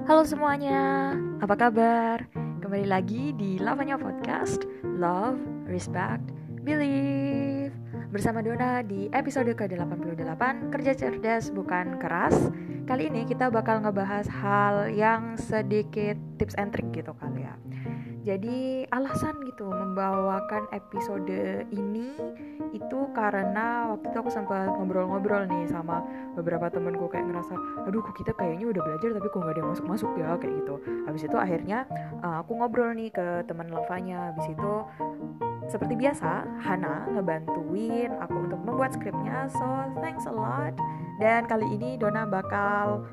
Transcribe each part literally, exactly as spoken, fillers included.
Halo semuanya, apa kabar? Kembali lagi di Lavanya Podcast, Love, Respect, Believe. Bersama Dona di episode ke delapan puluh delapan, Kerja Cerdas Bukan Keras. Kali ini kita bakal ngebahas hal yang sedikit tips and trick gitu kali ya. Jadi alasan gitu membawakan episode ini itu karena waktu itu aku sempat ngobrol-ngobrol nih sama beberapa temenku, kayak ngerasa aduh kok kita kayaknya udah belajar tapi kok gak ada yang masuk-masuk ya kayak gitu. Habis itu akhirnya uh, aku ngobrol nih ke teman lavanya. Habis itu seperti biasa Hana ngebantuin aku untuk membuat skripnya, so thanks a lot. Dan kali ini Dona bakal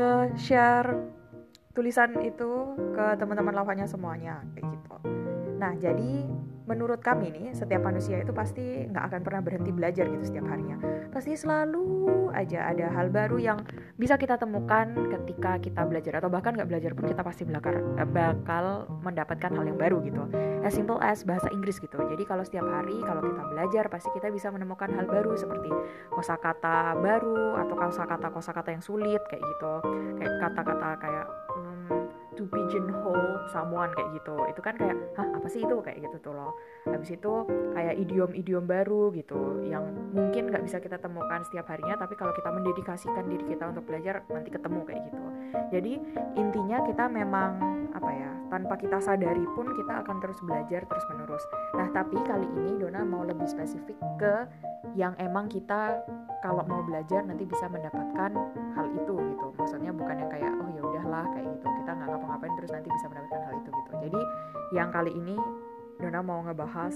nge-share tulisan itu ke teman-teman lavanya semuanya kayak gitu. Nah, jadi menurut kami nih, setiap manusia itu pasti nggak akan pernah berhenti belajar gitu setiap harinya. Pasti selalu aja ada hal baru yang bisa kita temukan ketika kita belajar, atau bahkan nggak belajar pun kita pasti bakal, bakal mendapatkan hal yang baru gitu. As simple as bahasa Inggris gitu. Jadi kalau setiap hari kalau kita belajar pasti kita bisa menemukan hal baru seperti kosakata baru atau kosakata-kosakata yang sulit kayak gitu. Kayak kata-kata kayak hmm, to pigeonhole someone kayak gitu. Itu kan kayak, hah apa sih itu kayak gitu tuh loh. Habis itu kayak idiom-idiom baru gitu yang mungkin gak bisa kita temukan setiap harinya, tapi kalau kita mendedikasikan diri kita untuk belajar nanti ketemu kayak gitu. Jadi intinya kita memang apa ya, tanpa kita sadari pun kita akan terus belajar terus menerus. Nah tapi kali ini Dona mau lebih spesifik ke yang emang kita kalau mau belajar nanti bisa mendapatkan hal itu gitu. Maksudnya bukan yang kayak oh ya udahlah kayak gitu, kita nggak ngapa-ngapain terus nanti bisa mendapatkan hal itu gitu. Jadi yang kali ini Dona mau ngebahas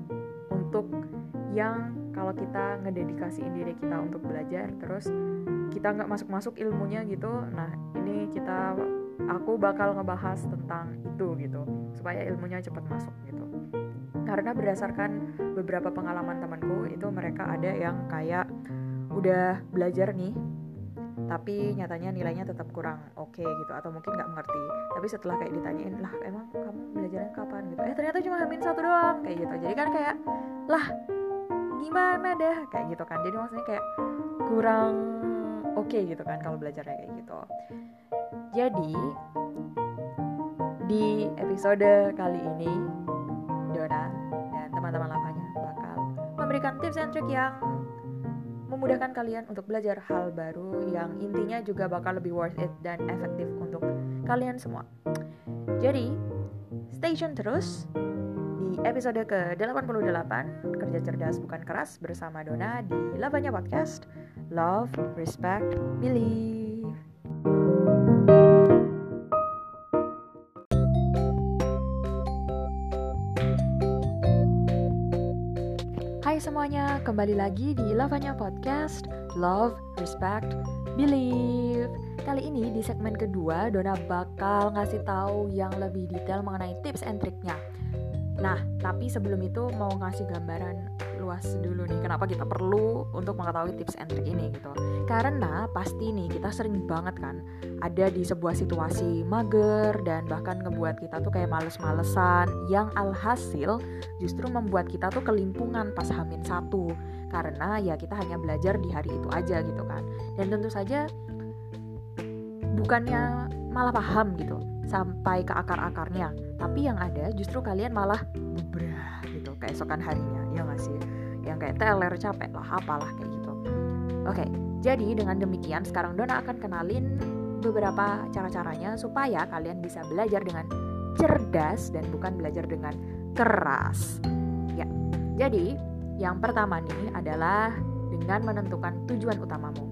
untuk yang kalau kita ngededikasiin diri kita untuk belajar terus kita nggak masuk-masuk ilmunya gitu. Nah ini kita aku bakal ngebahas tentang itu gitu supaya ilmunya cepat masuk gitu. Karena berdasarkan beberapa pengalaman temanku itu, mereka ada yang kayak udah belajar nih tapi nyatanya nilainya tetap kurang oke okay, gitu, atau mungkin nggak mengerti. Tapi setelah kayak ditanyain, lah emang kamu belajarnya kapan gitu, eh ternyata cuma hamin satu doang kayak gitu. Jadi kan kayak lah gimana dah kayak gitu kan. Jadi maksudnya kayak kurang oke okay gitu kan kalau belajarnya kayak gitu. Jadi di episode kali ini Dona dan teman-teman lavanya bakal memberikan tips and trick yang memudahkan kalian untuk belajar hal baru yang intinya juga bakal lebih worth it dan efektif untuk kalian semua. Jadi stay tune terus di episode ke delapan puluh delapan Kerja Cerdas Bukan Keras bersama Dona di Lavanya Podcast, Love, Respect, Believe. Hai semuanya, kembali lagi di Lavanya Podcast, Love, Respect, Believe. Kali ini di segmen kedua Dona bakal ngasih tahu yang lebih detail mengenai tips and triknya. Nah, tapi sebelum itu mau ngasih gambaran luas dulu nih kenapa kita perlu untuk mengetahui tips and trick ini gitu. Karena pasti nih kita sering banget kan ada di sebuah situasi mager dan bahkan ngebuat kita tuh kayak males-malesan, yang alhasil justru membuat kita tuh kelimpungan pas hamin satu. Karena ya kita hanya belajar di hari itu aja gitu kan. Dan tentu saja bukannya malah paham gitu sampai ke akar-akarnya, tapi yang ada justru kalian malah bubrah gitu keesokan harinya, ya nggak sih? Yang kayak teler, capek lah, apalah kayak gitu. Oke, jadi dengan demikian sekarang Dona akan kenalin beberapa cara-caranya supaya kalian bisa belajar dengan cerdas dan bukan belajar dengan keras. Ya, jadi yang pertama nih adalah dengan menentukan tujuan utamamu.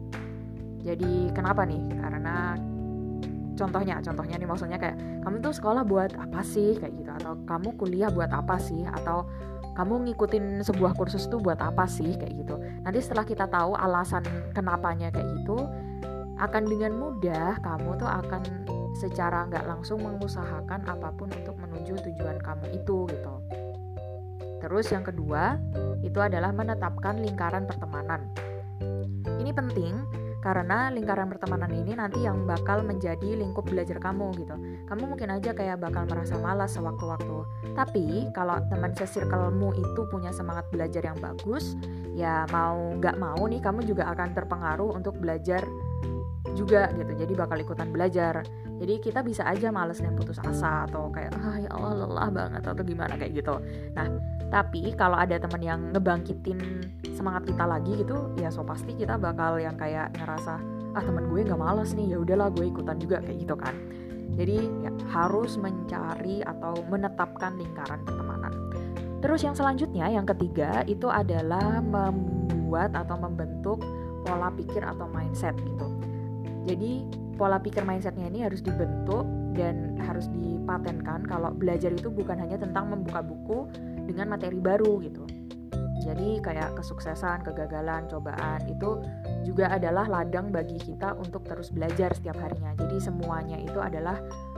Jadi kenapa nih? Karena Contohnya, contohnya nih maksudnya kayak kamu tuh sekolah buat apa sih kayak gitu, atau kamu kuliah buat apa sih, atau kamu ngikutin sebuah kursus tuh buat apa sih kayak gitu. Nanti setelah kita tahu alasan kenapanya kayak gitu, akan dengan mudah kamu tuh akan secara nggak langsung mengusahakan apapun untuk menuju tujuan kamu itu gitu. Terus yang kedua itu adalah menetapkan lingkaran pertemanan. Ini penting karena lingkaran pertemanan ini nanti yang bakal menjadi lingkup belajar kamu gitu. Kamu mungkin aja kayak bakal merasa malas sewaktu-waktu. Tapi kalau teman se-circle-mu itu punya semangat belajar yang bagus, ya mau gak mau nih kamu juga akan terpengaruh untuk belajar juga gitu, jadi bakal ikutan belajar. Jadi kita bisa aja males dan putus asa atau kayak ah ya Allah lelah banget atau gimana kayak gitu. Nah tapi kalau ada teman yang ngebangkitin semangat kita lagi gitu, ya so pasti kita bakal yang kayak ngerasa ah teman gue nggak malas nih, ya udahlah gue ikutan juga kayak gitu kan. Jadi ya, harus mencari atau menetapkan lingkaran pertemanan. Terus yang selanjutnya, yang ketiga itu adalah membuat atau membentuk pola pikir atau mindset gitu. Jadi pola pikir mindsetnya ini harus dibentuk dan harus dipatenkan kalau belajar itu bukan hanya tentang membuka buku dengan materi baru gitu. Jadi kayak kesuksesan, kegagalan, cobaan itu juga adalah ladang bagi kita untuk terus belajar setiap harinya. Jadi semuanya itu adalah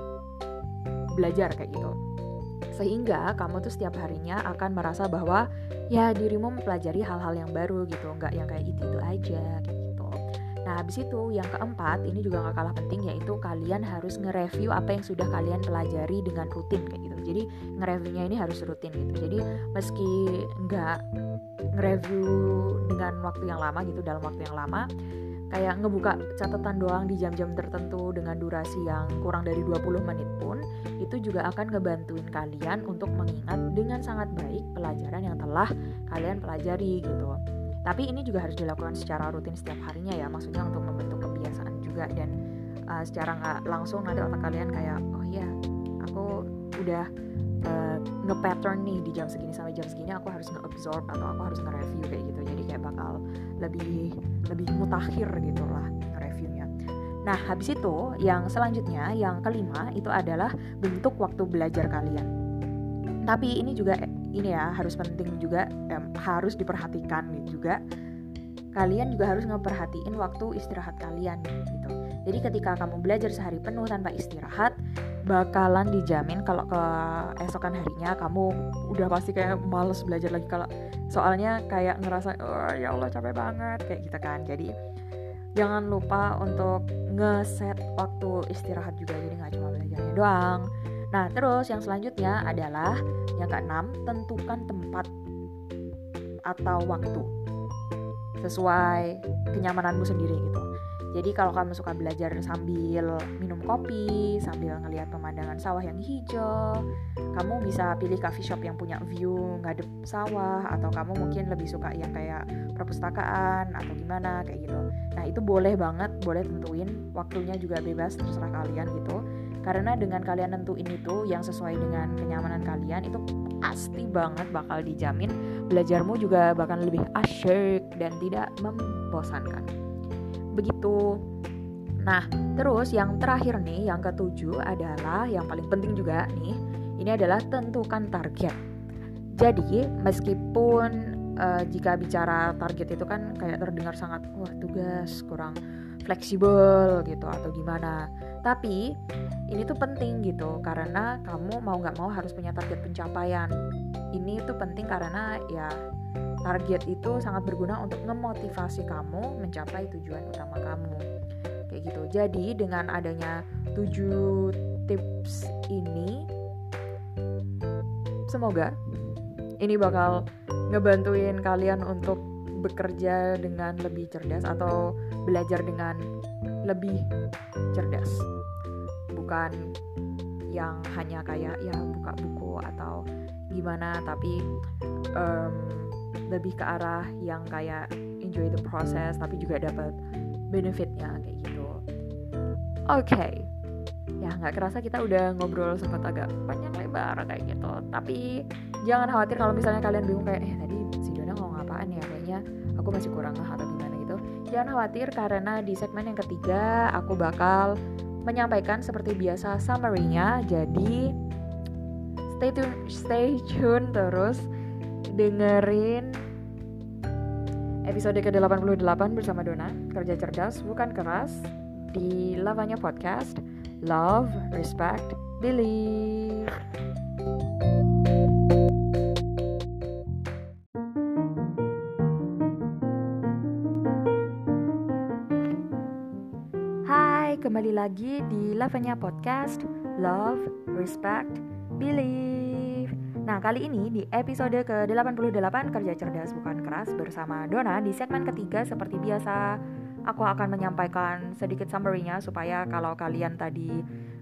belajar kayak gitu. Sehingga kamu tuh setiap harinya akan merasa bahwa ya dirimu mempelajari hal-hal yang baru gitu, nggak yang kayak itu-itu aja kayak gitu. Nah habis itu yang keempat, ini juga gak kalah penting, yaitu kalian harus nge-review apa yang sudah kalian pelajari dengan rutin kayak gitu. Jadi nge-reviewnya ini harus rutin gitu. Jadi meski gak nge-review dengan waktu yang lama gitu, dalam waktu yang lama, kayak ngebuka catatan doang di jam-jam tertentu dengan durasi yang kurang dari dua puluh menit pun, itu juga akan ngebantuin kalian untuk mengingat dengan sangat baik pelajaran yang telah kalian pelajari gitu. Tapi ini juga harus dilakukan secara rutin setiap harinya ya, maksudnya untuk membentuk kebiasaan juga. Dan uh, secara gak langsung nanti otak kalian kayak, oh iya aku udah uh, nge-pattern nih di jam segini sampai jam segini aku harus nge-absorb atau aku harus nge-review kayak gitu. Jadi kayak bakal lebih lebih mutakhir gitu lah nge-reviewnya. Nah habis itu yang selanjutnya, yang kelima itu adalah bentuk waktu belajar kalian. Tapi ini juga ini ya harus penting juga, eh, harus diperhatikan juga. Kalian juga harus ngeperhatiin waktu istirahat kalian gitu. Jadi ketika kamu belajar sehari penuh tanpa istirahat, bakalan dijamin kalau keesokan harinya kamu udah pasti kayak males belajar lagi, kalau soalnya kayak ngerasa oh ya Allah capek banget kayak gitu kan. Jadi jangan lupa untuk ngeset waktu istirahat juga, jadi nggak cuma belajarnya doang. Nah terus yang selanjutnya adalah yang keenam, tentukan tempat atau waktu sesuai kenyamananmu sendiri gitu. Jadi kalau kamu suka belajar sambil minum kopi, sambil ngelihat pemandangan sawah yang hijau, kamu bisa pilih coffee shop yang punya view ngadep sawah, atau kamu mungkin lebih suka yang kayak perpustakaan atau gimana kayak gitu. Nah itu boleh banget, boleh tentuin waktunya juga bebas, terserah kalian gitu. Karena dengan kalian nentuin itu yang sesuai dengan kenyamanan kalian, itu pasti banget bakal dijamin belajarmu juga bakal lebih asyik dan tidak membosankan. Begitu. Nah, terus yang terakhir nih, yang ketujuh adalah yang paling penting juga nih. Ini adalah tentukan target. Jadi, meskipun uh, jika bicara target itu kan kayak terdengar sangat wah tugas kurang fleksibel gitu atau gimana. Tapi ini tuh penting gitu, karena kamu mau gak mau harus punya target pencapaian. Ini tuh penting karena ya target itu sangat berguna untuk memotivasi kamu mencapai tujuan utama kamu. Kayak gitu. Jadi dengan adanya tujuh tips ini, semoga ini bakal ngebantuin kalian untuk bekerja dengan lebih cerdas atau belajar dengan lebih cerdas. Bukan yang hanya kayak ya buka buku atau gimana, tapi um, lebih ke arah yang kayak enjoy the process tapi juga dapat benefitnya kayak gitu. Oke, okay. Ya nggak kerasa kita udah ngobrol sempat agak panjang lebar kayak gitu. Tapi jangan khawatir kalau misalnya kalian bingung kayak eh tadi si Dona ngomong apaan ya, kayaknya aku masih kurang atau gimana gitu. Jangan khawatir karena di segmen yang ketiga aku bakal menyampaikan seperti biasa summary-nya. Jadi stay tune, stay tune terus dengerin episode ke delapan puluh delapan bersama Dona, kerja cerdas bukan keras, di Lavanya Podcast, Love, Respect, Believe. Hai, kembali lagi di Lavanya Podcast, Love, Respect, Believe. Nah, kali ini di episode ke delapan puluh delapan Kerja Cerdas Bukan Keras bersama Dona, di segmen ketiga seperti biasa aku akan menyampaikan sedikit summary-nya supaya kalau kalian tadi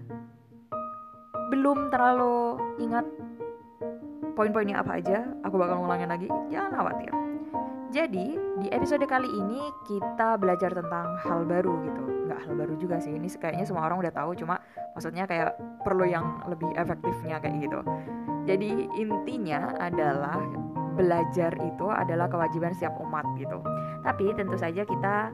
belum terlalu ingat poin-poinnya apa aja, aku bakal ngulangin lagi, jangan khawatir. Jadi di episode kali ini kita belajar tentang hal baru gitu. Nggak hal baru juga sih, ini kayaknya semua orang udah tahu, cuma maksudnya kayak perlu yang lebih efektifnya kayak gitu. Jadi intinya adalah belajar itu adalah kewajiban setiap umat gitu. Tapi tentu saja kita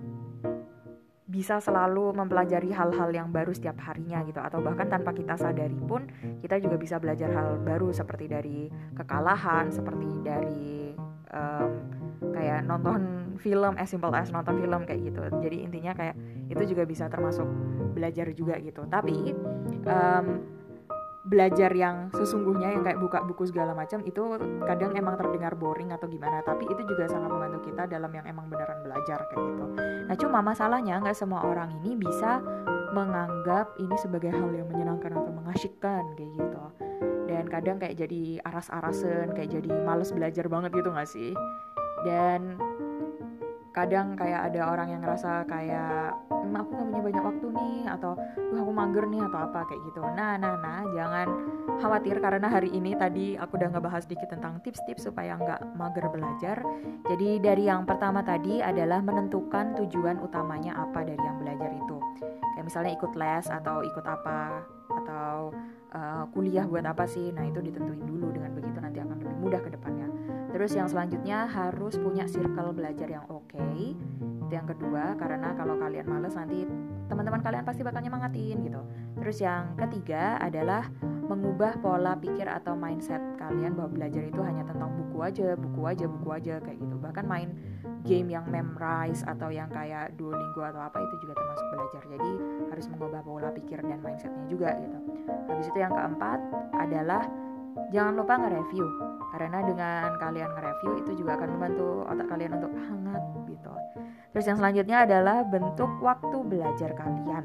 bisa selalu mempelajari hal-hal yang baru setiap harinya gitu, atau bahkan tanpa kita sadari pun kita juga bisa belajar hal baru seperti dari kekalahan, seperti dari um, kayak nonton film, as simple as nonton film kayak gitu. Jadi intinya kayak itu juga bisa termasuk belajar juga gitu. Tapi um, belajar yang sesungguhnya yang kayak buka buku segala macam itu kadang emang terdengar boring atau gimana, tapi itu juga sangat membantu kita dalam yang emang beneran belajar kayak gitu. Nah cuma masalahnya nggak semua orang ini bisa menganggap ini sebagai hal yang menyenangkan atau mengasyikkan kayak gitu, dan kadang kayak jadi aras-arasen, kayak jadi males belajar banget gitu nggak sih. Dan kadang kayak ada orang yang ngerasa kayak ehm, aku gak punya banyak waktu nih, atau duh aku mager nih, atau apa kayak gitu. Nah, nah, nah, jangan khawatir karena hari ini tadi aku udah ngebahas sedikit tentang tips-tips supaya gak mager belajar. Jadi dari yang pertama tadi adalah menentukan tujuan utamanya apa dari yang belajar itu. Kayak misalnya ikut les atau ikut apa, atau uh, kuliah buat apa sih. Nah itu ditentuin dulu, dengan begitu nanti akan lebih mudah ke depannya. Terus yang selanjutnya harus punya circle belajar yang oke. Okay. Itu yang kedua, karena kalau kalian males nanti teman-teman kalian pasti bakal nyemangatin gitu. Terus yang ketiga adalah mengubah pola pikir atau mindset kalian bahwa belajar itu hanya tentang buku aja, buku aja, buku aja kayak gitu. Bahkan main game yang memorize atau yang kayak Duolingo atau apa itu juga termasuk belajar. Jadi harus mengubah pola pikir dan mindsetnya juga gitu. Habis itu yang keempat adalah jangan lupa nge-review, karena dengan kalian nge-review itu juga akan membantu otak kalian untuk hangat gitu. Terus yang selanjutnya adalah bentuk waktu belajar kalian.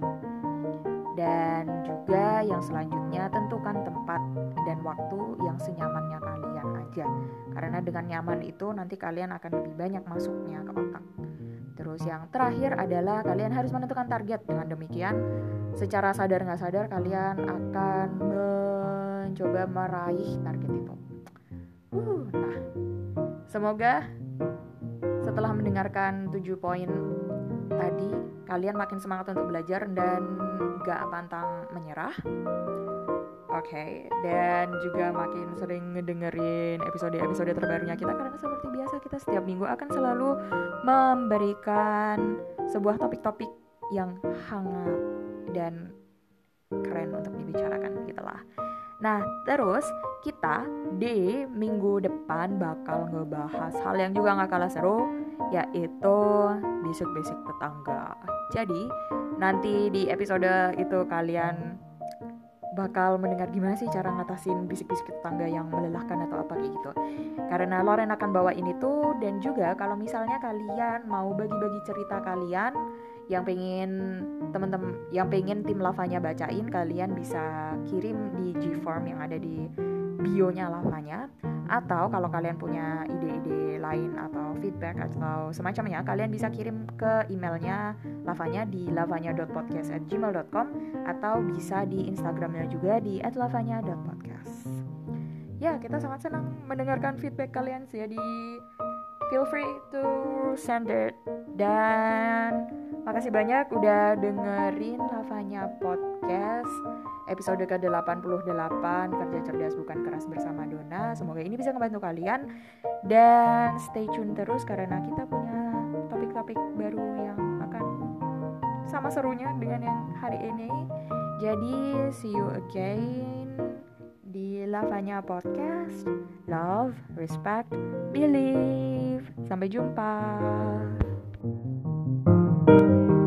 Dan juga yang selanjutnya tentukan tempat dan waktu yang senyamannya kalian aja. Karena dengan nyaman itu nanti kalian akan lebih banyak masuknya ke otak. Terus yang terakhir adalah kalian harus menentukan target. Dengan demikian secara sadar gak sadar kalian akan mencoba meraih target itu. Uh, nah, semoga setelah mendengarkan tujuh poin tadi kalian makin semangat untuk belajar dan gak pantang menyerah. Oke, okay. Dan juga makin sering ngedengerin episode-episode terbarunya kita, karena seperti biasa kita setiap minggu akan selalu memberikan sebuah topik-topik yang hangat dan keren untuk dibicarakan gitulah. Nah, terus kita di minggu depan bakal ngebahas hal yang juga gak kalah seru, yaitu bisik-bisik tetangga. Jadi, nanti di episode itu kalian bakal mendengar gimana sih cara ngatasin bisik-bisik tetangga yang melelahkan atau apa kayak gitu. Karena Loren akan bawa ini tuh, dan juga kalau misalnya kalian mau bagi-bagi cerita kalian yang pengen teman-teman yang pengen tim Lavanya bacain, kalian bisa kirim di G-form yang ada di bio-nya Lavanya. Atau kalau kalian punya ide-ide lain atau feedback atau semacamnya, kalian bisa kirim ke emailnya Lavanya di lavanya dot podcast at gmail dot com, atau bisa di Instagramnya juga di at lavanya dot podcast. Ya, kita sangat senang mendengarkan feedback kalian sih, jadi feel free to send it. Dan makasih banyak udah dengerin Lavanya Podcast episode ke delapan puluh delapan, Kerja Cerdas Bukan Keras bersama Dona. Semoga ini bisa ngebantu kalian, dan stay tune terus karena kita punya topik-topik baru yang akan sama serunya dengan yang hari ini. Jadi see you again di Lavanya Podcast. Love, respect, believe. Sampai jumpa.